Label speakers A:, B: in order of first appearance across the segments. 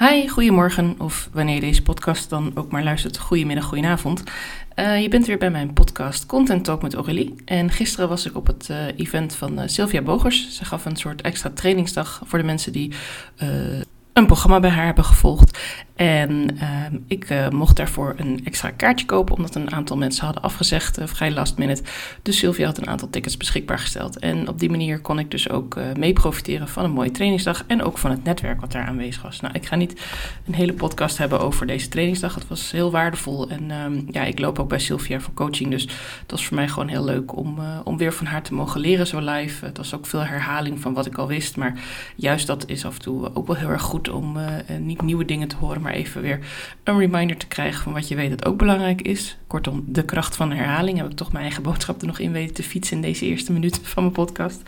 A: Hi, goedemorgen of wanneer je deze podcast dan ook maar luistert, goedemiddag, goedenavond. Je bent weer bij mijn podcast Content Talk met Aurélie. En gisteren was ik op het event van Sylvia Bogers. Ze gaf een soort extra trainingsdag voor de mensen die een programma bij haar hebben gevolgd. En ik mocht daarvoor een extra kaartje kopen, omdat een aantal mensen hadden afgezegd, vrij last minute. Dus Sylvia had een aantal tickets beschikbaar gesteld. En op die manier kon ik dus ook mee profiteren van een mooie trainingsdag en ook van het netwerk wat daar aanwezig was. Nou, ik ga niet een hele podcast hebben over deze trainingsdag. Het was heel waardevol en ik loop ook bij Sylvia voor coaching. Dus het was voor mij gewoon heel leuk om weer van haar te mogen leren zo live. Het was ook veel herhaling van wat ik al wist, maar juist dat is af en toe ook wel heel erg goed om niet nieuwe dingen te horen, maar even weer een reminder te krijgen van wat je weet dat ook belangrijk is. Kortom, de kracht van herhaling. Heb ik toch mijn eigen boodschap er nog in weten te fietsen in deze eerste minuten van mijn podcast.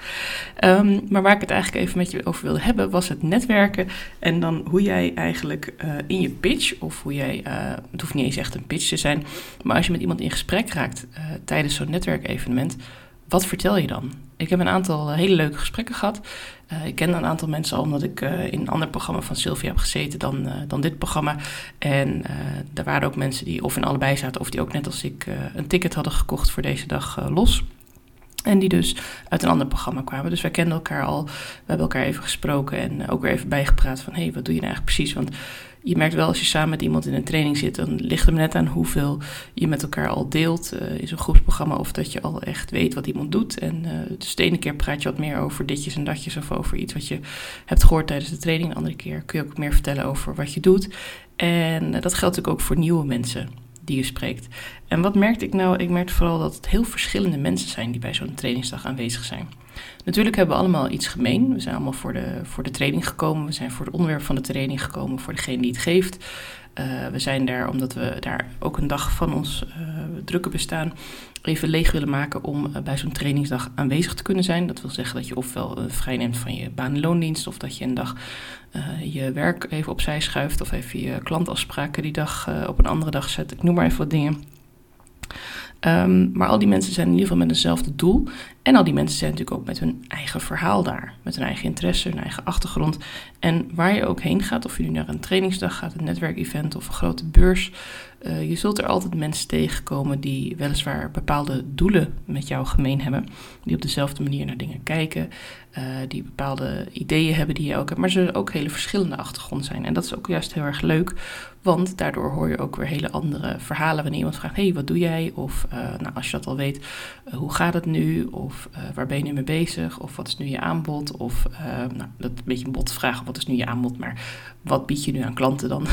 A: Maar waar ik het eigenlijk even met je over wilde hebben, was het netwerken. En dan hoe jij eigenlijk in je pitch, of hoe jij, het hoeft niet eens echt een pitch te zijn, maar als je met iemand in gesprek raakt tijdens zo'n netwerkevenement, wat vertel je dan? Ik heb een aantal hele leuke gesprekken gehad. Ik ken een aantal mensen al omdat ik in een ander programma van Sylvia heb gezeten dan dit programma. En er waren ook mensen die of in allebei zaten of die ook net als ik een ticket hadden gekocht voor deze dag los. En die dus uit een ander programma kwamen. Dus wij kenden elkaar al. We hebben elkaar even gesproken en ook weer even bijgepraat van hey, wat doe je nou eigenlijk precies? Want je merkt wel als je samen met iemand in een training zit, dan ligt het net aan hoeveel je met elkaar al deelt in zo'n groepsprogramma. Of dat je al echt weet wat iemand doet. En dus de ene keer praat je wat meer over ditjes en datjes of over iets wat je hebt gehoord tijdens de training. De andere keer kun je ook meer vertellen over wat je doet. En dat geldt natuurlijk ook voor nieuwe mensen die je spreekt. En wat merkte ik nou? Ik merkte vooral dat het heel verschillende mensen zijn die bij zo'n trainingsdag aanwezig zijn. Natuurlijk hebben we allemaal iets gemeen. We zijn allemaal voor de training gekomen. We zijn voor het onderwerp van de training gekomen, voor degene die het geeft. We zijn daar omdat we daar ook een dag van ons drukke bestaan even leeg willen maken om bij zo'n trainingsdag aanwezig te kunnen zijn. Dat wil zeggen dat je ofwel vrij neemt van je baan- en loondienst, of dat je een dag je werk even opzij schuift, of even je klantafspraken die dag op een andere dag zet. Ik noem maar even wat dingen. Maar al die mensen zijn in ieder geval met eenzelfde doel. En al die mensen zijn natuurlijk ook met hun eigen verhaal daar. Met hun eigen interesse, hun eigen achtergrond. En waar je ook heen gaat, of je nu naar een trainingsdag gaat, een netwerkevent of een grote beurs. Je zult er altijd mensen tegenkomen die weliswaar bepaalde doelen met jou gemeen hebben. Die op dezelfde manier naar dingen kijken. Die bepaalde ideeën hebben die je ook hebt. Maar ze zullen ook hele verschillende achtergrond zijn. En dat is ook juist heel erg leuk. Want daardoor hoor je ook weer hele andere verhalen. Wanneer iemand vraagt, hey, wat doe jij? Of als je dat al weet, hoe gaat het nu? Of waar ben je nu mee bezig? Of wat is nu je aanbod? Of dat is een beetje een botte vraag. Wat is nu je aanbod? Maar wat bied je nu aan klanten dan?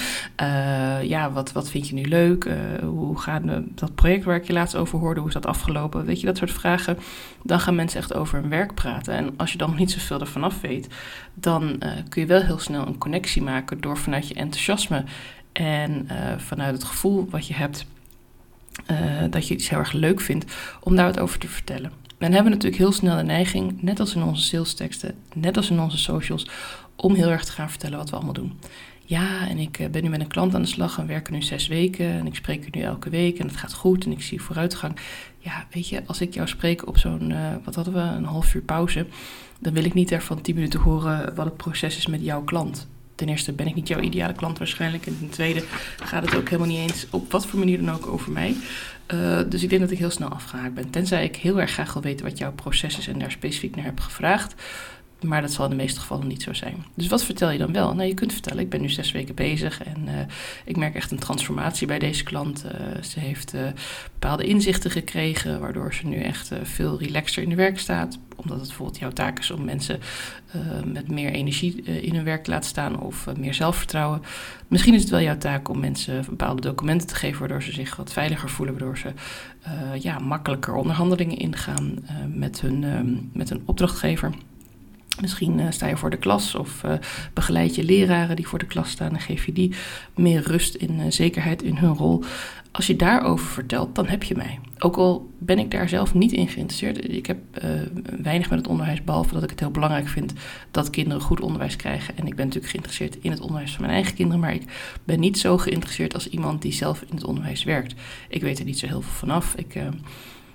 A: Wat vind je nu leuk? Hoe gaat dat project waar ik je laatst over hoorde? Hoe is dat afgelopen? Weet je, dat soort vragen. Dan gaan mensen echt over hun werk praten. En als je dan nog niet zoveel ervan af weet, dan kun je wel heel snel een connectie maken door vanuit je enthousiasme en vanuit het gevoel wat je hebt, dat je iets heel erg leuk vindt, om daar wat over te vertellen. Dan hebben we natuurlijk heel snel de neiging, net als in onze salesteksten, net als in onze socials, om heel erg te gaan vertellen wat we allemaal doen. Ja, en ik ben nu met een klant aan de slag en werken nu 6 weken en ik spreek er nu elke week en het gaat goed en ik zie vooruitgang. Ja, weet je, als ik jou spreek op zo'n, wat hadden we, een half uur pauze, dan wil ik niet ervan 10 minuten horen wat het proces is met jouw klant. Ten eerste ben ik niet jouw ideale klant waarschijnlijk. En ten tweede gaat het ook helemaal niet eens op wat voor manier dan ook over mij. Dus ik denk dat ik heel snel afgehaakt ben. Tenzij ik heel erg graag wil weten wat jouw proces is en daar specifiek naar heb gevraagd. Maar dat zal in de meeste gevallen niet zo zijn. Dus wat vertel je dan wel? Nou, je kunt vertellen, ik ben nu 6 weken bezig en ik merk echt een transformatie bij deze klant. Ze heeft bepaalde inzichten gekregen, waardoor ze nu echt veel relaxter in de werk staat. Omdat het bijvoorbeeld jouw taak is om mensen met meer energie in hun werk te laten staan of meer zelfvertrouwen. Misschien is het wel jouw taak om mensen bepaalde documenten te geven, waardoor ze zich wat veiliger voelen, waardoor ze makkelijker onderhandelingen ingaan met hun opdrachtgever. Misschien sta je voor de klas of begeleid je leraren die voor de klas staan en geef je die meer rust en zekerheid in hun rol. Als je daarover vertelt, dan heb je mij. Ook al ben ik daar zelf niet in geïnteresseerd. Ik heb weinig met het onderwijs, behalve dat ik het heel belangrijk vind dat kinderen goed onderwijs krijgen. En ik ben natuurlijk geïnteresseerd in het onderwijs van mijn eigen kinderen, maar ik ben niet zo geïnteresseerd als iemand die zelf in het onderwijs werkt. Ik weet er niet zo heel veel vanaf. Ik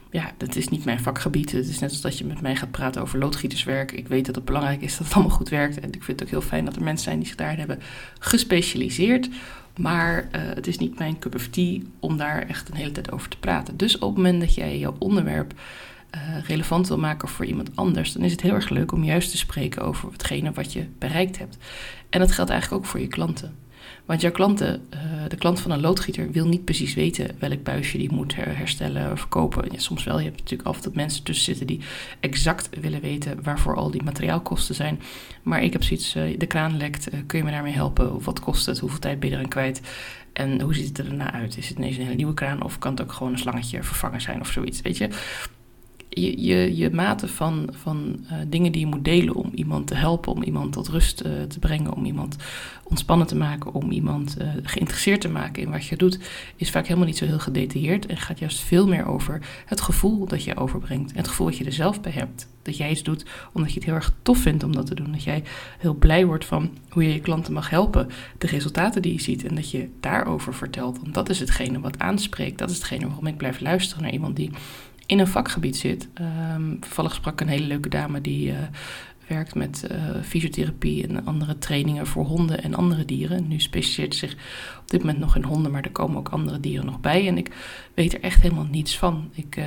A: dat is niet mijn vakgebied. Het is net als dat je met mij gaat praten over loodgieterswerk. Ik weet dat het belangrijk is dat het allemaal goed werkt. En ik vind het ook heel fijn dat er mensen zijn die zich daarin hebben gespecialiseerd. Maar het is niet mijn cup of tea om daar echt een hele tijd over te praten. Dus op het moment dat jij jouw onderwerp relevant wil maken voor iemand anders, dan is het heel erg leuk om juist te spreken over hetgene wat je bereikt hebt. En dat geldt eigenlijk ook voor je klanten. Want jouw klanten, de klant van een loodgieter, wil niet precies weten welk buisje die moet herstellen of verkopen. Ja, soms wel. Je hebt natuurlijk altijd mensen tussen zitten die exact willen weten waarvoor al die materiaalkosten zijn. Maar ik heb zoiets, de kraan lekt, kun je me daarmee helpen? Of wat kost het? Hoeveel tijd ben je eraan kwijt? En hoe ziet het er daarna uit? Is het ineens een hele nieuwe kraan of kan het ook gewoon een slangetje vervangen zijn of zoiets? Weet je? Je mate van dingen die je moet delen om iemand te helpen, om iemand tot rust te brengen, om iemand ontspannen te maken, om iemand geïnteresseerd te maken in wat je doet, is vaak helemaal niet zo heel gedetailleerd en gaat juist veel meer over het gevoel dat je overbrengt. En het gevoel dat je er zelf bij hebt. Dat jij iets doet omdat je het heel erg tof vindt om dat te doen. Dat jij heel blij wordt van hoe je je klanten mag helpen. De resultaten die je ziet en dat je daarover vertelt. Want dat is hetgene wat aanspreekt. Dat is hetgene waarom ik blijf luisteren naar iemand die in een vakgebied zit. Toevallig sprak een hele leuke dame die werkt met fysiotherapie en andere trainingen voor honden en andere dieren. Nu specialiseert ze zich op dit moment nog in honden, maar er komen ook andere dieren nog bij. En ik weet er echt helemaal niets van. Ik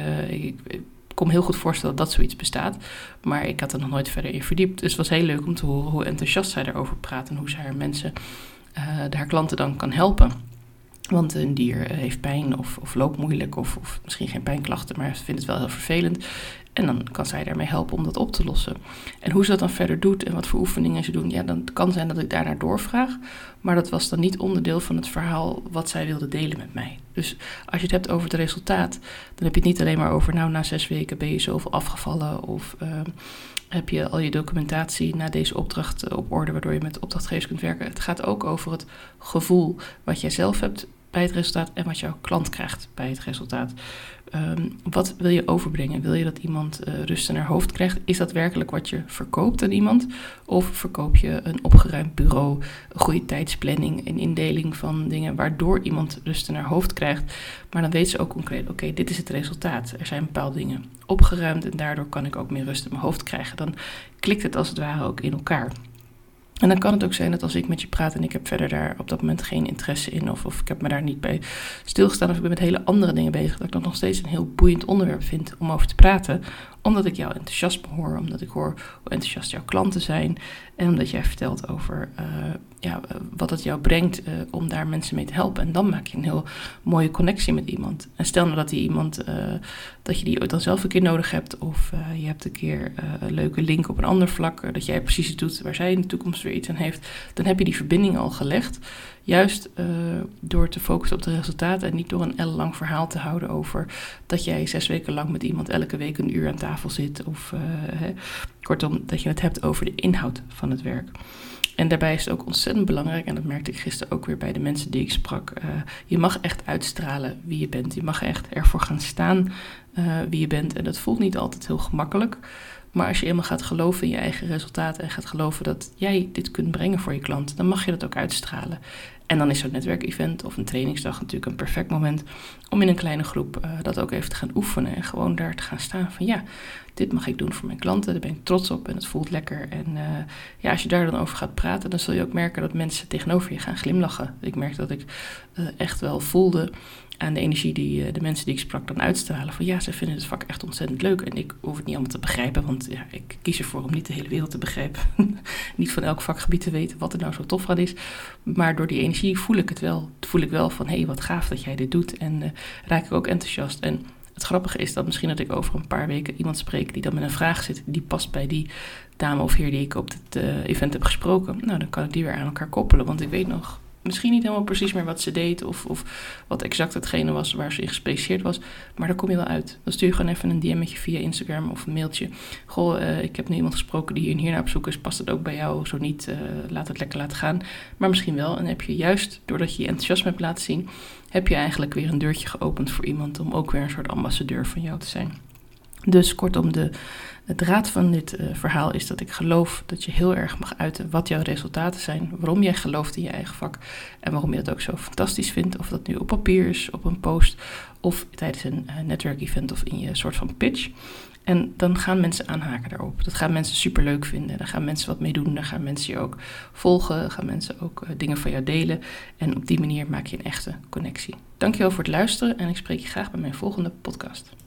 A: kon me heel goed voorstellen dat zoiets bestaat, maar ik had er nog nooit verder in verdiept. Dus het was heel leuk om te horen hoe enthousiast zij daarover praat en hoe ze haar mensen, haar klanten dan kan helpen. Want een dier heeft pijn of loopt moeilijk of misschien geen pijnklachten, maar vindt het wel heel vervelend. En dan kan zij daarmee helpen om dat op te lossen. En hoe ze dat dan verder doet en wat voor oefeningen ze doen, ja, dan kan zijn dat ik daarnaar doorvraag. Maar dat was dan niet onderdeel van het verhaal wat zij wilde delen met mij. Dus als je het hebt over het resultaat, dan heb je het niet alleen maar over, nou, na 6 weken ben je zoveel afgevallen of heb je al je documentatie na deze opdracht op orde, waardoor je met opdrachtgevers kunt werken. Het gaat ook over het gevoel wat jij zelf hebt bij het resultaat en wat jouw klant krijgt bij het resultaat. Wat wil je overbrengen? Wil je dat iemand rust in haar hoofd krijgt? Is dat werkelijk wat je verkoopt aan iemand? Of verkoop je een opgeruimd bureau, een goede tijdsplanning, een indeling van dingen waardoor iemand rust in haar hoofd krijgt? Maar dan weet ze ook concreet, oké, dit is het resultaat. Er zijn bepaalde dingen opgeruimd en daardoor kan ik ook meer rust in mijn hoofd krijgen. Dan klikt het als het ware ook in elkaar. En dan kan het ook zijn dat als ik met je praat en ik heb verder daar op dat moment geen interesse in of ik heb me daar niet bij stilgestaan of ik ben met hele andere dingen bezig, dat ik dat nog steeds een heel boeiend onderwerp vind om over te praten, omdat ik jouw enthousiasme hoor, omdat ik hoor hoe enthousiast jouw klanten zijn en omdat jij vertelt over wat het jou brengt om daar mensen mee te helpen. En dan maak je een heel mooie connectie met iemand. En stel nou dat die iemand, dat je die ooit dan zelf een keer nodig hebt of je hebt een keer een leuke link op een ander vlak, dat jij precies het doet waar zij in de toekomst weer iets aan heeft, dan heb je die verbinding al gelegd. Juist door te focussen op de resultaten en niet door een ellenlang verhaal te houden over dat jij 6 weken lang met iemand elke week een uur aan tafel zit. Of kortom, dat je het hebt over de inhoud van het werk. En daarbij is het ook ontzettend belangrijk, en dat merkte ik gisteren ook weer bij de mensen die ik sprak. Je mag echt uitstralen wie je bent. Je mag echt ervoor gaan staan wie je bent. En dat voelt niet altijd heel gemakkelijk. Maar als je eenmaal gaat geloven in je eigen resultaten en gaat geloven dat jij dit kunt brengen voor je klant, dan mag je dat ook uitstralen. En dan is zo'n netwerkevent of een trainingsdag natuurlijk een perfect moment om in een kleine groep dat ook even te gaan oefenen. En gewoon daar te gaan staan van ja, dit mag ik doen voor mijn klanten. Daar ben ik trots op en het voelt lekker. En als je daar dan over gaat praten, dan zul je ook merken dat mensen tegenover je gaan glimlachen. Ik merk dat ik echt wel voelde aan de energie die de mensen die ik sprak dan uitstralen. Van ja, ze vinden het vak echt ontzettend leuk. En ik hoef het niet allemaal te begrijpen, want ja, ik kies ervoor om niet de hele wereld te begrijpen. Niet van elk vakgebied te weten wat er nou zo tof aan is. Maar door die energie voel ik het wel. Voel ik wel van, hé, wat gaaf dat jij dit doet. En raak ik ook enthousiast. En het grappige is dat misschien dat ik over een paar weken iemand spreek die dan met een vraag zit, die past bij die dame of heer die ik op dit event heb gesproken. Nou, dan kan ik die weer aan elkaar koppelen, want ik weet nog misschien niet helemaal precies meer wat ze deed of wat exact hetgene was waar ze in gespecialiseerd was. Maar daar kom je wel uit. Dan stuur je gewoon even een DM'tje via Instagram of een mailtje. Goh, ik heb nu iemand gesproken die hiernaar op zoek is. Past het ook bij jou? Zo niet, laat het lekker laten gaan. Maar misschien wel. En heb je juist, doordat je je enthousiasme hebt laten zien, heb je eigenlijk weer een deurtje geopend voor iemand om ook weer een soort ambassadeur van jou te zijn. Dus kortom, de draad van dit verhaal is dat ik geloof dat je heel erg mag uiten wat jouw resultaten zijn, waarom jij gelooft in je eigen vak en waarom je dat ook zo fantastisch vindt. Of dat nu op papier is, op een post of tijdens een netwerkevent of in je soort van pitch. En dan gaan mensen aanhaken daarop. Dat gaan mensen superleuk vinden. Daar gaan mensen wat mee doen. Daar gaan mensen je ook volgen. Gaan mensen ook dingen van jou delen. En op die manier maak je een echte connectie. Dankjewel voor het luisteren en ik spreek je graag bij mijn volgende podcast.